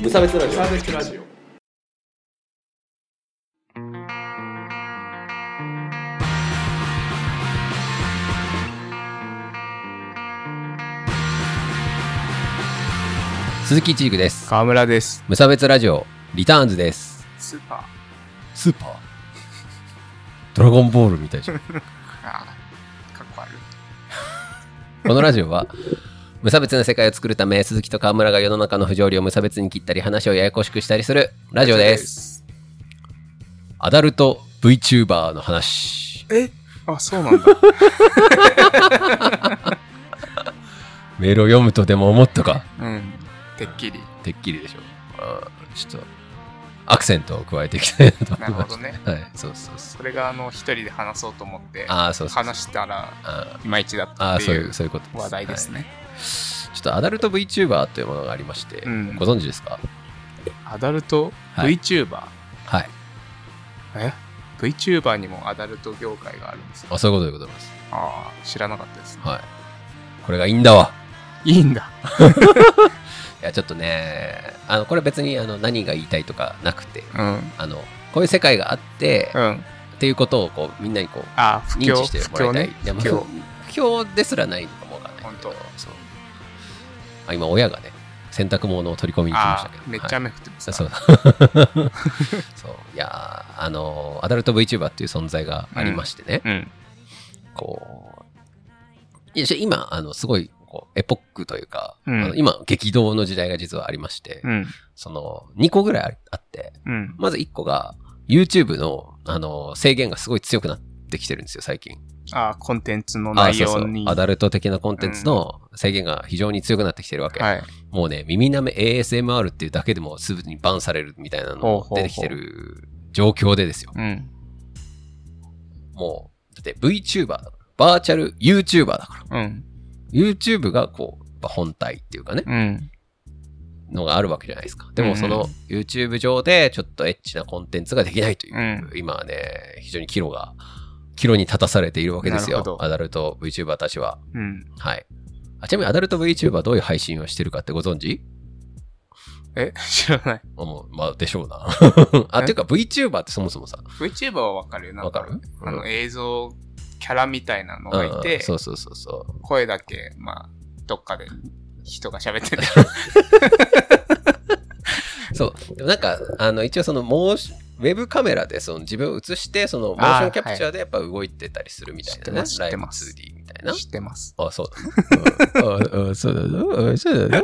無差別ラジオ。 鈴木一育です。 川村です。 無差別ラジオリターンズです。 スーパードラゴンボールみたいじゃんかっこ悪い。 このラジオは無差別な世界を作るため、鈴木と川村が世の中の不条理を無差別に切ったり、話をややこしくしたりするラジオです。アダルト VTuber の話。 あ、そうなんだ。 メールを読むとでも思ったか。 うん。てっきりでしょ。ちょっとアクセントを加えていきたいなと思いました。 なるほどね。 はい、そう。 それが一人で話そうと思ってそう話したらいまいちだったっていうそういうことです。 話題ですね。 ちょっとアダルト VTuber というものがありまして、ご存知ですか？ アダルト VTuber？ はい。 VTuber にもアダルト業界があるんですよ。 そういうことです。 知らなかったですね。 はい。これがいいんだわ。 いいんだ。 いやちょっとね、これ別に何が言いたいとかなくて、 うん、 こういう世界があって、 うん、 っていうことをこうみんなにこう認知してもらいたい。不況ですらないのかもわかんないけど、そう今親がね洗濯物を取り込みに来ましたけど、 めっちゃ雨降ってます。 そういやアダルト VTuber っていう存在がありましてね、こう今すごいエポックというか、今激動の時代が実はありまして、その2個ぐらいあって、まず1個が YouTube の制限がすごい強くなってきてるんですよ最近。 コンテンツの内容にアダルト的なコンテンツの制限が非常に強くなってきてるわけ。もうね、耳なめ ASMR っていうだけでもすぐにバンされるみたいなの出てきてる状況でですよ。もうだって VTuber だから、バーチャル YouTuber だから、YouTube がこう本体っていうかね、のがあるわけじゃないですか。でもその YouTube 上でちょっとエッチなコンテンツができないという、今はね非常に岐路に立たされているわけですよ。アダルト VTuber たちは。はい。ちなみにアダルト VTuber はどういう配信をしてるかってご存知？ 知らない。 でしょうな。っていうか VTuber ってそもそもさ。 VTuber はわかるよ。 わかる？ 映像キャラみたいなのがいて、 そう。 声だけどっかで人が喋ってる。 そう。でもなんか一応そのウェブカメラでその自分を映してそのモーションキャプチャーでやっぱ動いてたりするみたいなね。ライブ 2D みたいな。 知ってます。 そうだ。そう。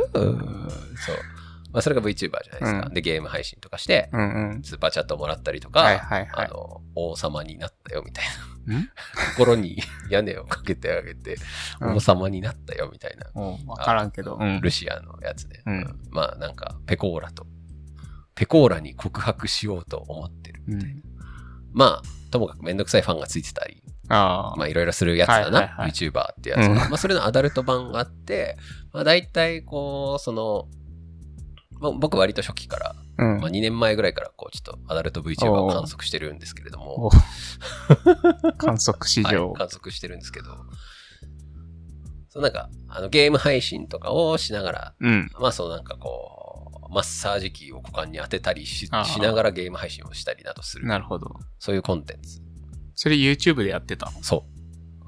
それが VTuber じゃないですか。でゲーム配信とかして、スーパーチャットもらったりとか、王様になったよみたいな。心に屋根をかけてあげて、王様になったよみたいな。 わからんけど。 ルシアのやつで。なんかペコーラに告白しようと思ってるみたいな。ともかくめんどくさいファンがついてたり、いろいろするやつだな、VTuber ってやつが。それのアダルト版があって、だいたいこう、僕割と初期から、2年前ぐらいからこうちょっとアダルト VTuber を観測してるんですけれども、 観測史上、 観測してるんですけど、なんかゲーム配信とかをしながら、なんかこうマッサージ機を股間に当てたり しながらゲーム配信をしたりなどする。 なるほど。 そういうコンテンツ。 それ YouTube でやってたの？ そう。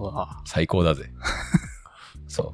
最高だぜ。そう。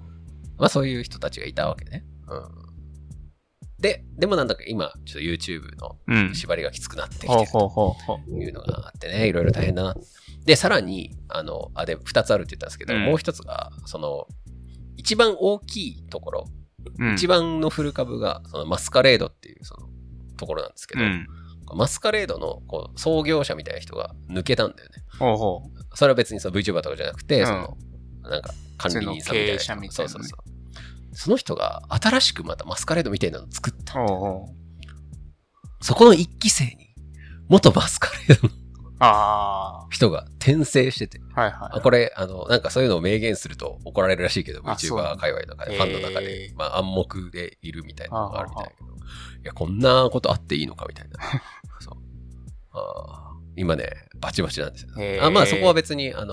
そういう人たちがいたわけね。でもなんだか今ちょっと YouTube の縛りがきつくなってきてるというのがあってね、いろいろ大変だな。でさらにで2つあるって言ったんですけど、もう一つが一番大きいところ、一番のフル株がそのマスカレードっていうそのところなんですけど、マスカレードのこう創業者みたいな人が抜けたんだよね。それは別にその VTuber とかじゃなくて、なんか管理人さんみたいな人、その人が新しくまたマスカレードみたいなのを作ったんだよね。そこの一期生に元マスカレードの人が転生してて、これなんかそういうのを明言すると怒られるらしいけど、 VTuber 界隈とかでファンの中で暗黙でいるみたいなのがあるみたいだけど、いやこんなことあっていいのかみたいな。今ねバチバチなんですよ。そこは別に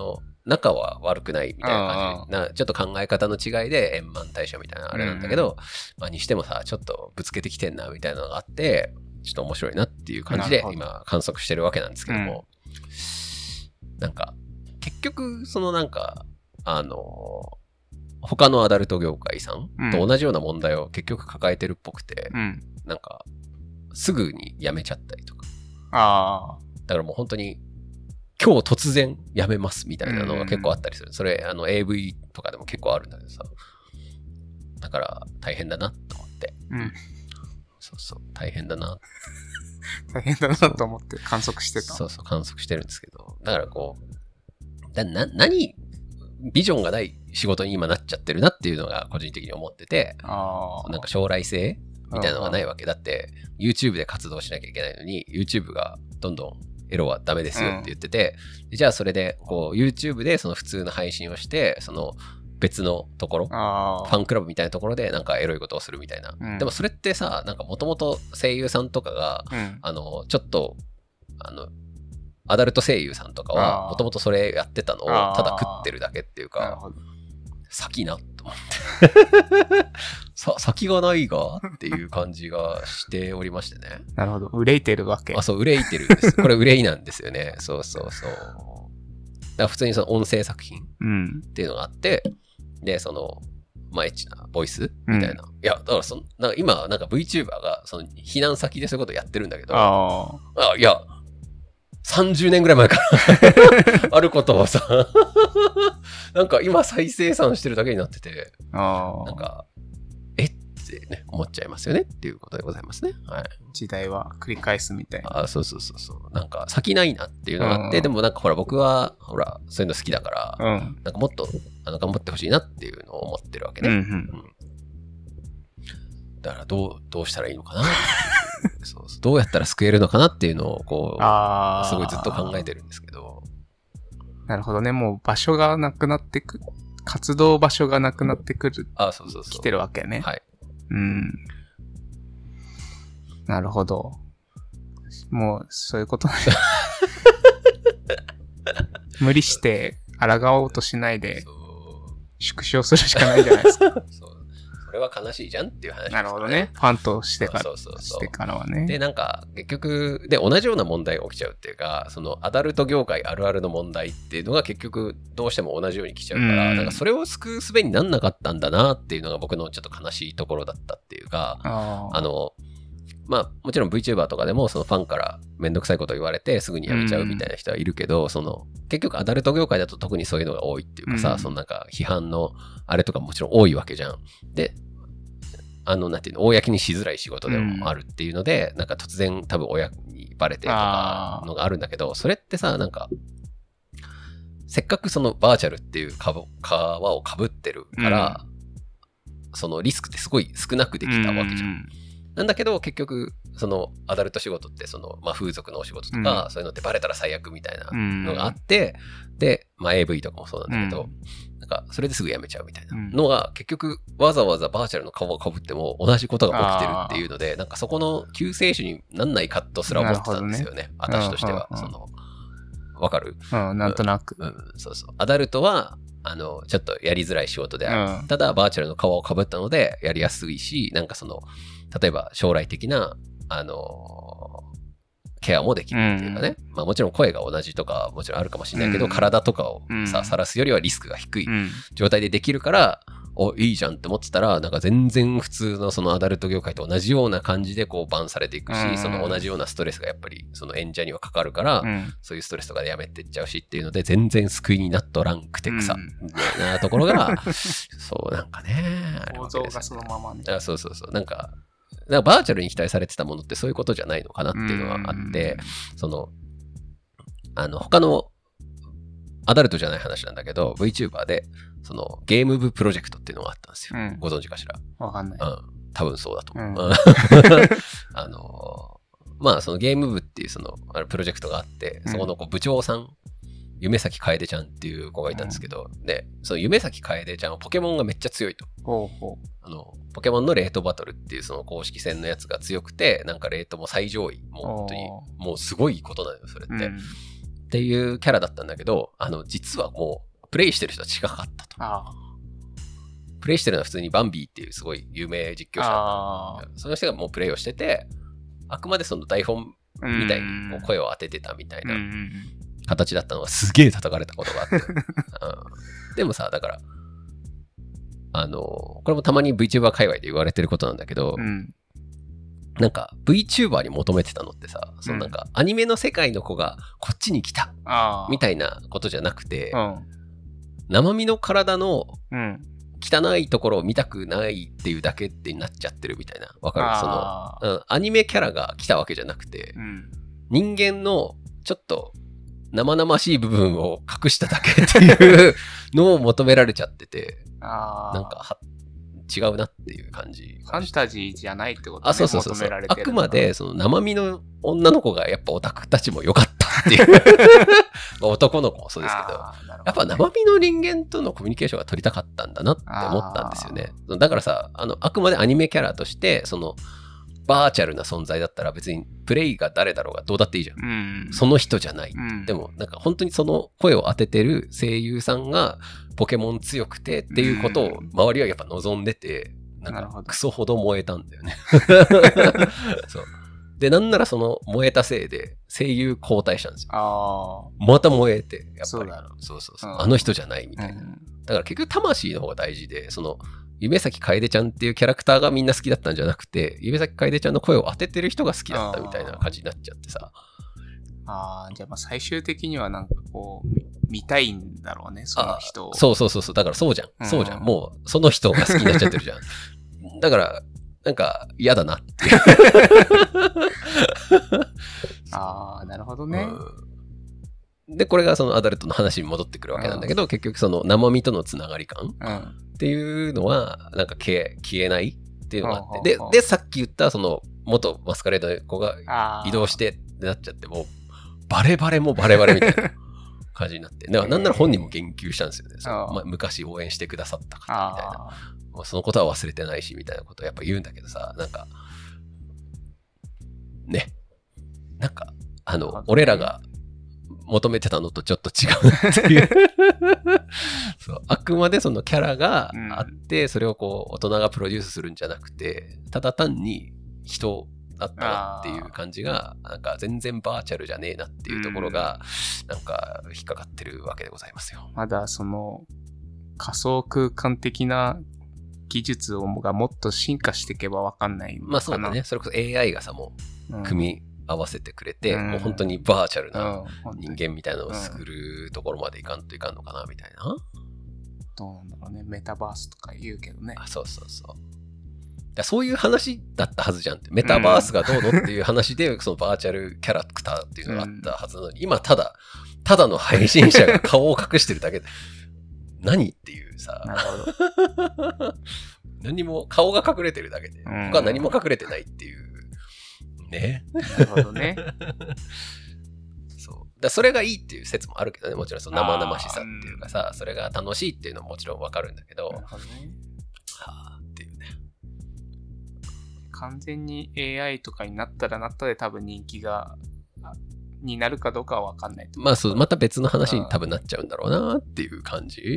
仲は悪くないみたいな感じちょっと考え方の違いで円満対処みたいなあれなんだけど、まあにしてもさちょっとぶつけてきてんなみたいなのがあってちょっと面白いなっていう感じで今観測してるわけなんですけども、なんか結局そのなんか他のアダルト業界さんと同じような問題を結局抱えてるっぽくて、なんかすぐに辞めちゃったりとか、だからもう本当に今日突然辞めますみたいなのが結構あったりする。それAV とかでも結構あるんだけどさ、だから大変だなと思って、そうそう大変だな大変だなと思って観測してた。 そうそう観測してるんですけど、だからこう何ビジョンがない仕事に今なっちゃってるなっていうのが個人的に思ってて、なんか将来性みたいなのがないわけだって YouTube で活動しなきゃいけないのに YouTube がどんどんエロはダメですよって言ってて、じゃあそれでこう YouTube でその普通の配信をしてその別のところファンクラブみたいなところでなんかエロいことをするみたいな、でもそれってさなんかもともと声優さんとかが、ちょっとアダルト声優さんとかはもともとそれやってたのをただ食ってるだけっていうか、先なと思って先がないがっていう感じがしておりましてね。 なるほど、憂いてるわけ。 そう憂いてるんです。これ憂いなんですよね。そうそうそう。だから普通にその音声作品っていうのがあって、でそのまあエッチなボイスみたいな、いやだからなんか今なんか VTuber がその避難先でそういうことやってるんだけど、いや30年ぐらい前からあることはさなんか今再生産してるだけになってて、なんかってね思っちゃいますよねっていうことでございますね。はい。 時代は繰り返すみたいな。 そうそうそうそう。なんか先ないなっていうのがあって、でもなんかほら僕はほらそういうの好きだから、なんかもっと頑張ってほしいなっていうのを思ってるわけね。だからどうしたらいいのかなそうどうやったら救えるのかなっていうのをこうすごいずっと考えてるんですけど。 なるほどね。もう場所がなくなってく、活動場所がなくなってくる。 そうそうそう。 来てるわけね。 はい。 なるほど。もうそういうこと無理して抗おうとしないで縮小するしかないじゃないですか。 それは悲しいじゃんっていう話です、ね。 なるほどね。ファンとしてからはね。 で、なんか結局で同じような問題が起きちゃうっていうか、そのアダルト業界あるあるの問題っていうのが結局どうしても同じように来ちゃうから、なんかそれを救う術になんなかったんだなっていうのが僕のちょっと悲しいところだったっていうか、まあもちろん VTuber とかでもそのファンからめんどくさいこと言われてすぐに辞めちゃうみたいな人はいるけど、その結局アダルト業界だと特にそういうのが多いっていうかさ、そのなんか批判のあれとかもちろん多いわけじゃん。で、なんていうの、公にしづらい仕事でもあるっていうので、なんか突然多分親にバレてとかのがあるんだけど、それってさ、なんかせっかくそのバーチャルっていう皮をかぶってるから、そのリスクってすごい少なくできたわけじゃん。なんだけど結局そのアダルト仕事ってその、まあ、風俗のお仕事とか、そういうのってバレたら最悪みたいなのがあって、で、まあ、AV とかもそうなんだけど、なんかそれですぐやめちゃうみたいなのが、結局わざわざバーチャルの皮をかぶっても同じことが起きてるっていうので、なんかそこの救世主になんないかとすら思ってたんですよね、私としては。そのわかる？ なんとなく、 そうそう。アダルトはちょっとやりづらい仕事である。ただバーチャルの皮をかぶったのでやりやすいし、なんかその例えば将来的なケアもできるっていうかね、まあもちろん声が同じとかもちろんあるかもしれないけど、体とかを晒すよりはリスクが低い状態でできるから、いいじゃんって思ってたら、なんか全然普通のそのアダルト業界と同じような感じでこうバンされていくし、その同じようなストレスがやっぱりその演者にはかかるから、そういうストレスとかでやめてっちゃうしっていうので、全然救いになっとらんくて草みたいなところが、そうなんかね、 構造がそのままね。 そうそうそう、なんかバーチャルに期待されてたものってそういうことじゃないのかなっていうのはあって、その他のアダルトじゃない話なんだけど VTuber でそのゲーム部プロジェクトっていうのがあったんですよ、ご存知かしら。 わかんない。 多分そうだと思う、まあそのゲーム部っていうそのプロジェクトがあって、そこの部長さん夢咲楓ちゃんっていう子がいたんですけど、でその夢咲楓ちゃんはポケモンがめっちゃ強いと。ポケモンのレートバトルっていうその公式戦のやつが強くて、なんかレートも最上位、もう本当にもうすごいことなのよそれって、っていうキャラだったんだけど、実はもうプレイしてる人は違かったと。プレイしてるのは普通にバンビーっていうすごい有名実況者。その人がもうプレイをしてて、あくまでその台本みたいにこう声を当ててたみたいな形だったのがすげえ叩かれたことがあって。でもさ、だから、これもたまに VTuber 界隈で言われてることなんだけど、なんか VTuber に求めてたのってさ、そのなんかアニメの世界の子がこっちに来たみたいなことじゃなくて、生身の体の汚いところを見たくないっていうだけってなっちゃってるみたいな。わかる？その、アニメキャラが来たわけじゃなくて、人間のちょっと生々しい部分を隠しただけっていうのを求められちゃってて、なんか違うなっていう感じ。 ファンタジーじゃないってことね。 そう求められてる。 あくまでその生身の女の子がやっぱオタクたちも良かったっていう男の子もそうですけど、やっぱ生身の人間とのコミュニケーションが取りたかったんだなって思ったんですよね。だからさ、あくまでアニメキャラとしてそのバーチャルな存在だったら別にプレイが誰だろうがどうだっていいじゃん。その人じゃない。でもなんか本当にその声を当ててる声優さんがポケモン強くてっていうことを周りはやっぱ望んでて、なんかクソほど燃えたんだよね。そう。で、なんならその燃えたせいで声優交代したんですよ。また燃えて、やっぱり。そう。あの人じゃないみたいな。だから結局魂の方が大事で、その夢咲楓ちゃんっていうキャラクターがみんな好きだったんじゃなくて、夢咲楓ちゃんの声を当ててる人が好きだったみたいな感じになっちゃってさ。 じゃあまあ最終的にはなんかこう、見たいんだろうね、その人を。 そう。だからそうじゃん。もうその人が好きになっちゃってるじゃん。だから、なんか嫌だなっていう。 なるほどね。 で、これがそのアダルトの話に戻ってくるわけなんだけど、結局その生身とのつながり感っていうのは、なんか消えないっていうのがあって、で、さっき言ったその元マスカレードの子が移動してってなっちゃって、もうバレバレみたいな感じになって、だからなんなら本人も言及したんですよね。昔応援してくださった方みたいな。そのことは忘れてないしみたいなことをやっぱ言うんだけどさ、なんかね、なんか俺らが求めてたのとちょっと違うなっていうそうあくまでそのキャラがあって、それをこう大人がプロデュースするんじゃなくて、ただ単に人だったなっていう感じが、なんか全然バーチャルじゃねえなっていうところがなんか引っかかってるわけでございますよ。 まだその仮想空間的な技術がもっと進化していけば分かんないのかな。 まあそうだね。それこそ AI がさ、もう組み合わせてくれて、もう本当にバーチャルな人間みたいなのを作るところまでいかんといかんのかなみたいな。 どうなんだろうね。メタバースとか言うけどね。 そう。そういう話だったはずじゃんって。メタバースがどうのっていう話で、そのバーチャルキャラクターっていうのがあったはずなのに、今ただの配信者が顔を隠してるだけで、何っていうさ。 なるほど。 何も、顔が隠れてるだけで、他は何も隠れてないっていう。ね。 なるほどね。 そう。それがいいっていう説もあるけどね、もちろんその生々しさっていうかさ、それが楽しいっていうのももちろんわかるんだけど。 なるほどね。 っていうね。 完全に AI とかになったらで多分人気になるかどうかはわかんないと。 まあそう、また別の話に多分なっちゃうんだろうなっていう感じ。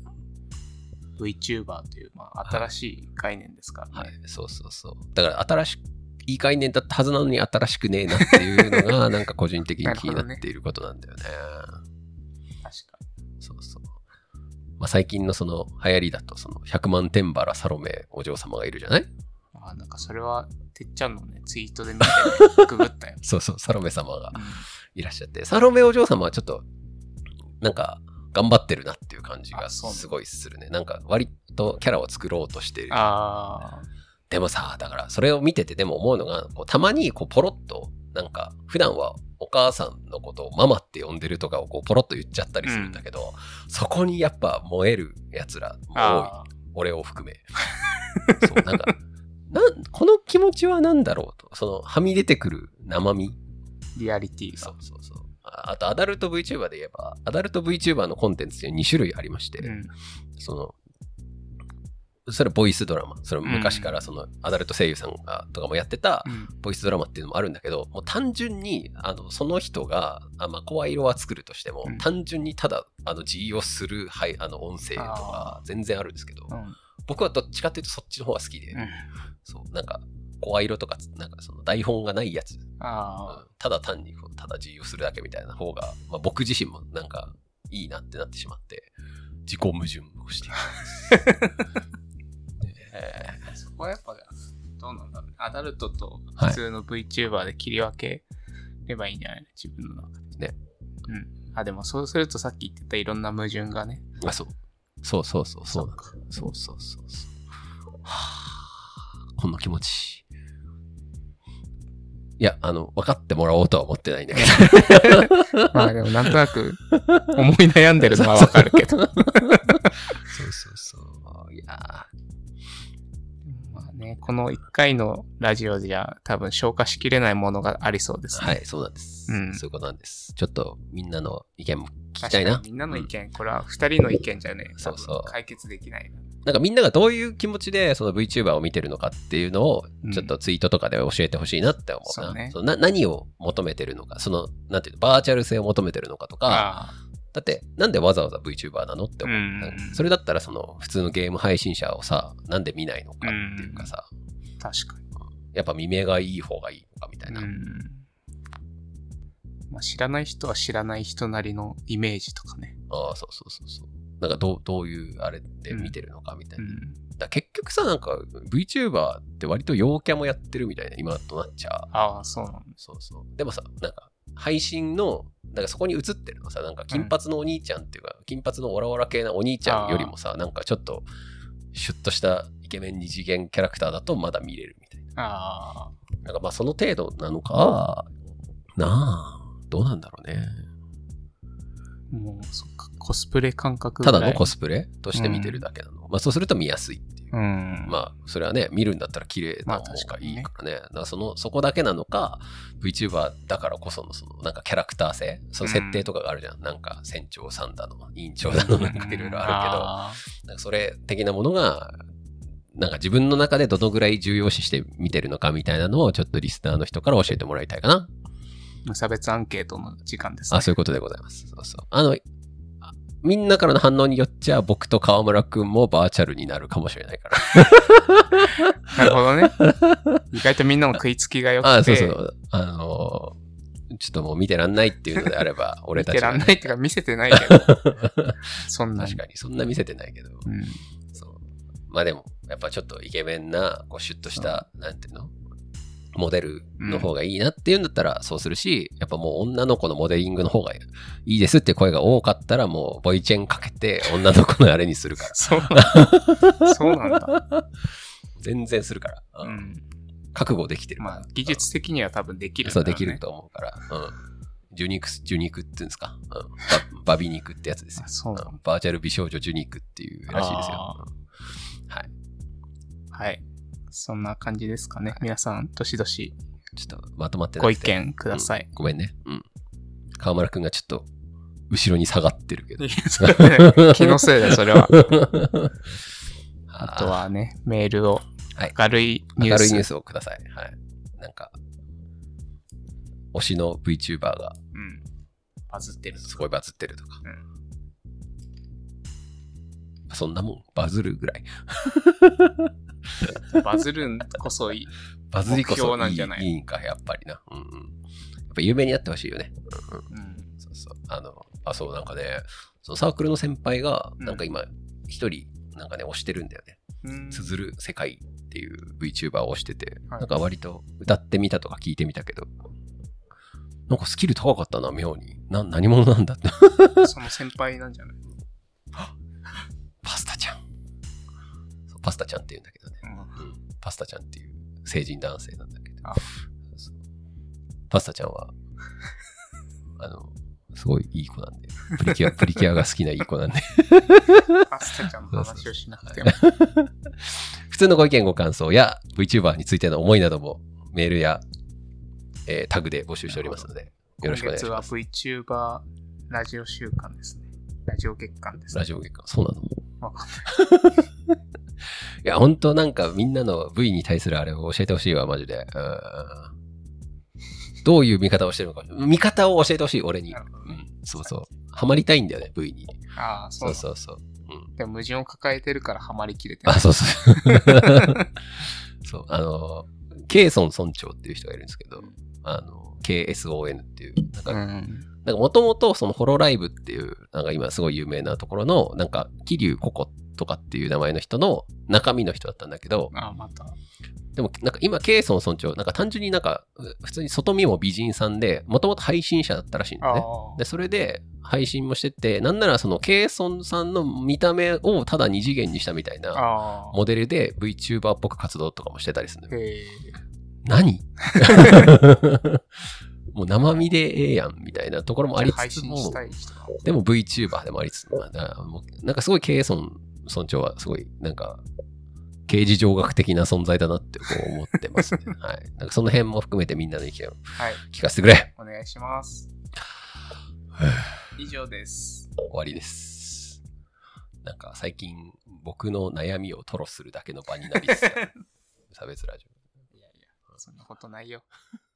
VTuber という、新しい概念ですからね。 はい、そう。だからいい概念だったはずなのに新しくねえなっていうのがなんか個人的に気になっていることなんだよね。 確かに。そう。まあ最近のその流行りだとその100万天原サロメお嬢様がいるじゃない？ なんかそれはてっちゃんのねツイートで見てググったよ。 そうサロメ様がいらっしゃって、サロメお嬢様はちょっとなんか頑張ってるなっていう感じがすごいするね。なんか割とキャラを作ろうとしてる。でもさ、だからそれを見ててでも思うのが、たまにこうポロッとなんか普段はお母さんのことをママって呼んでるとかをこうポロッと言っちゃったりするんだけど、そこにやっぱ燃えるやつらも多い。俺を含め。そうなんかこの気持ちは何だろうと、そのはみ出てくる生身、 リアリティが。 そう。あとアダルト VTuber で言えば、アダルト VTuber のコンテンツって2種類ありまして、そのそれボイスドラマ。それ昔からそのアダルト声優さんがとかもやってたボイスドラマっていうのもあるんだけど、もう単純に、その人が、まあ、声色は作るとしても、単純にただ、G をする、はい、音声とか全然あるんですけど、僕はどっちかっていうとそっちの方が好きで、そう、なんか、声色とか、なんかその台本がないやつ、ただ単に、ただ G をするだけみたいな方が、まあ、僕自身もなんか、いいなってなってしまって、自己矛盾をしています。そこはやっぱどうなんだろうね。アダルトと普通の VTuber で切り分ければいいんじゃないの、自分の中で。 ね。 うん。でもそうするとさっき言ってたいろんな矛盾がね。 そう。そう。こんな気持ち。いや、分かってもらおうとは思ってないんだけど。まあでもなんとなく思い悩んでるのはわかるけど。そう。 いやまあね、この1回のラジオじゃ多分消化しきれないものがありそうですね。 はい、そうなんです。そういうことなんです。ちょっとみんなの意見も聞きたいな。 みんなの意見、これは2人の意見じゃね、そう解決できないな。 なんかみんながどういう気持ちでその VTuber を見てるのかっていうのをちょっとツイートとかで教えてほしいなって思うな。そうね、何を求めてるのか、そのなんていうの、バーチャル性を求めてるのかとか、だってなんでわざわざ VTuber なのって思う。それだったらその普通のゲーム配信者をさ、なんで見ないのかっていうかさ、 確かに。 やっぱ見目がいい方がいいのかみたいな。 まあ、知らない人は知らない人なりのイメージとかね。 そう。なんかどういうあれで見てるのかみたいな。だ結局さ、なんか VTuber って割と陽キャもやってるみたいな今となっちゃう。 そうなんだ。 そう。でもさ、なんか配信の、なんかそこに映ってるのさ、なんか金髪のお兄ちゃんっていうか、金髪のオラオラ系なお兄ちゃんよりもさ、なんかちょっとシュッとしたイケメン二次元キャラクターだとまだ見れるみたいな。なんかまあその程度なのかどうなんだろうね。 もうそっか、コスプレ感覚ぐらい。 ただのコスプレとして見てるだけなの。まあそうすると見やすいっていう。まあそれはね、見るんだったら綺麗な方がいいからね。だからそこだけなのか、VTuber だからこそのそのなんかキャラクター性、その設定とかがあるじゃん。なんか船長さんだの、委員長だの、なんかいろいろあるけど、なんかそれ的なものが、なんか自分の中でどのぐらい重要視して見てるのかみたいなのをちょっとリスナーの人から教えてもらいたいかな。 無差別アンケートの時間ですね。 そういうことでございます。そう。みんなからの反応によっちゃ僕と川村くんもバーチャルになるかもしれないから。 なるほどね。意外とみんなも食いつきがよくて。 そう。ちょっともう見てらんないっていうのであれば、俺たち見てらんないっていうか見せてないけど。そんな確かに、そんな見せてないけど。そう。まあでも、やっぱちょっとイケメンな、こうシュッとした、なんていうの？モデルの方がいいなっていうんだったらそうするし、やっぱもう女の子のモデリングの方がいいですって声が多かったらもうボイチェンかけて女の子のあれにするから。 そうなんだ。 全然するから。覚悟できてるから。 まあ技術的には多分できるんだろうね。そうできると思うから。受肉っていうんですか。バビ肉ってやつですよ。 そうバーチャル美少女受肉っていうらしいですよ。 はい。そんな感じですかね。皆さん、どしどし。 ちょっとまとまってなくてご意見ください。 ごめんね。川村くんがちょっと、後ろに下がってるけど。 気のせいだ、それは。あとはね、メールを、明るいニュースをください。はい。なんか、推しの VTuber が、 バズってる。 すごいバズってるとか。そんなもん、バズるぐらい。 バズるこそいい。 バズりこそなんじゃない？ いいんか、やっぱりな。やっぱ有名になってほしいよね。そう、なんかね、そのサークルの先輩が、なんか今、一人、なんかね、推してるんだよね。つづる世界っていう VTuber を推してて、なんか割と歌ってみたとか聞いてみたけど、なんかスキル高かったな、妙に。何者なんだって。 その先輩なんじゃない？ パスタちゃん。パスタちゃんって言うんだけどね。パスタちゃんっていう成人男性なんだけど。パスタちゃんは、すごいいい子なんで。プリキュアが好きないい子なんで。 パスタちゃんの話をしなくても。 普通のご意見ご感想や VTuber についての思いなどもメールや、タグで募集しておりますので、よろしくお願いします。 今月は VTuber ラジオ週間ですね。ラジオ月間ですね。 ラジオ月間。そうなの？ わかんない。 いや、ほんとなんかみんなの V に対するあれを教えてほしいわ、マジで。どういう見方をしてるのか。見方を教えてほしい、俺に。 なるほどね。 そうそう。ハマりたいんだよね、V に。 ああ、そうそうそう。 でも矛盾を抱えてるからハマりきれてない。 あ、そうそう。そう、ケイソン村長っていう人がいるんですけど、KSON っていう、なんかもともとそのホロライブっていう、なんか今すごい有名なところの、なんか、桐生ココとかっていう名前の人の中身の人だったんだけど、 また。 でもなんか今、ケイソン村長、なんか単純になんか、普通に外見も美人さんで、もともと配信者だったらしいんだね。で、それで配信もしてて、なんならそのケイソンさんの見た目をただ二次元にしたみたいなモデルで VTuber っぽく活動とかもしてたりするんだよ。何もう生身でええやんみたいなところもありつつも、でも VTuber でもありつつも、なんかすごいケイソン村長はすごいなんか刑事上学的な存在だなって思ってますね。はい。なんかその辺も含めてみんなの意見を聞かせてくれ。 お願いします。以上です。 終わりです。なんか最近僕の悩みを吐露するだけの場になりつつある。差別ラジオ。 いやいや、そんなことないよ。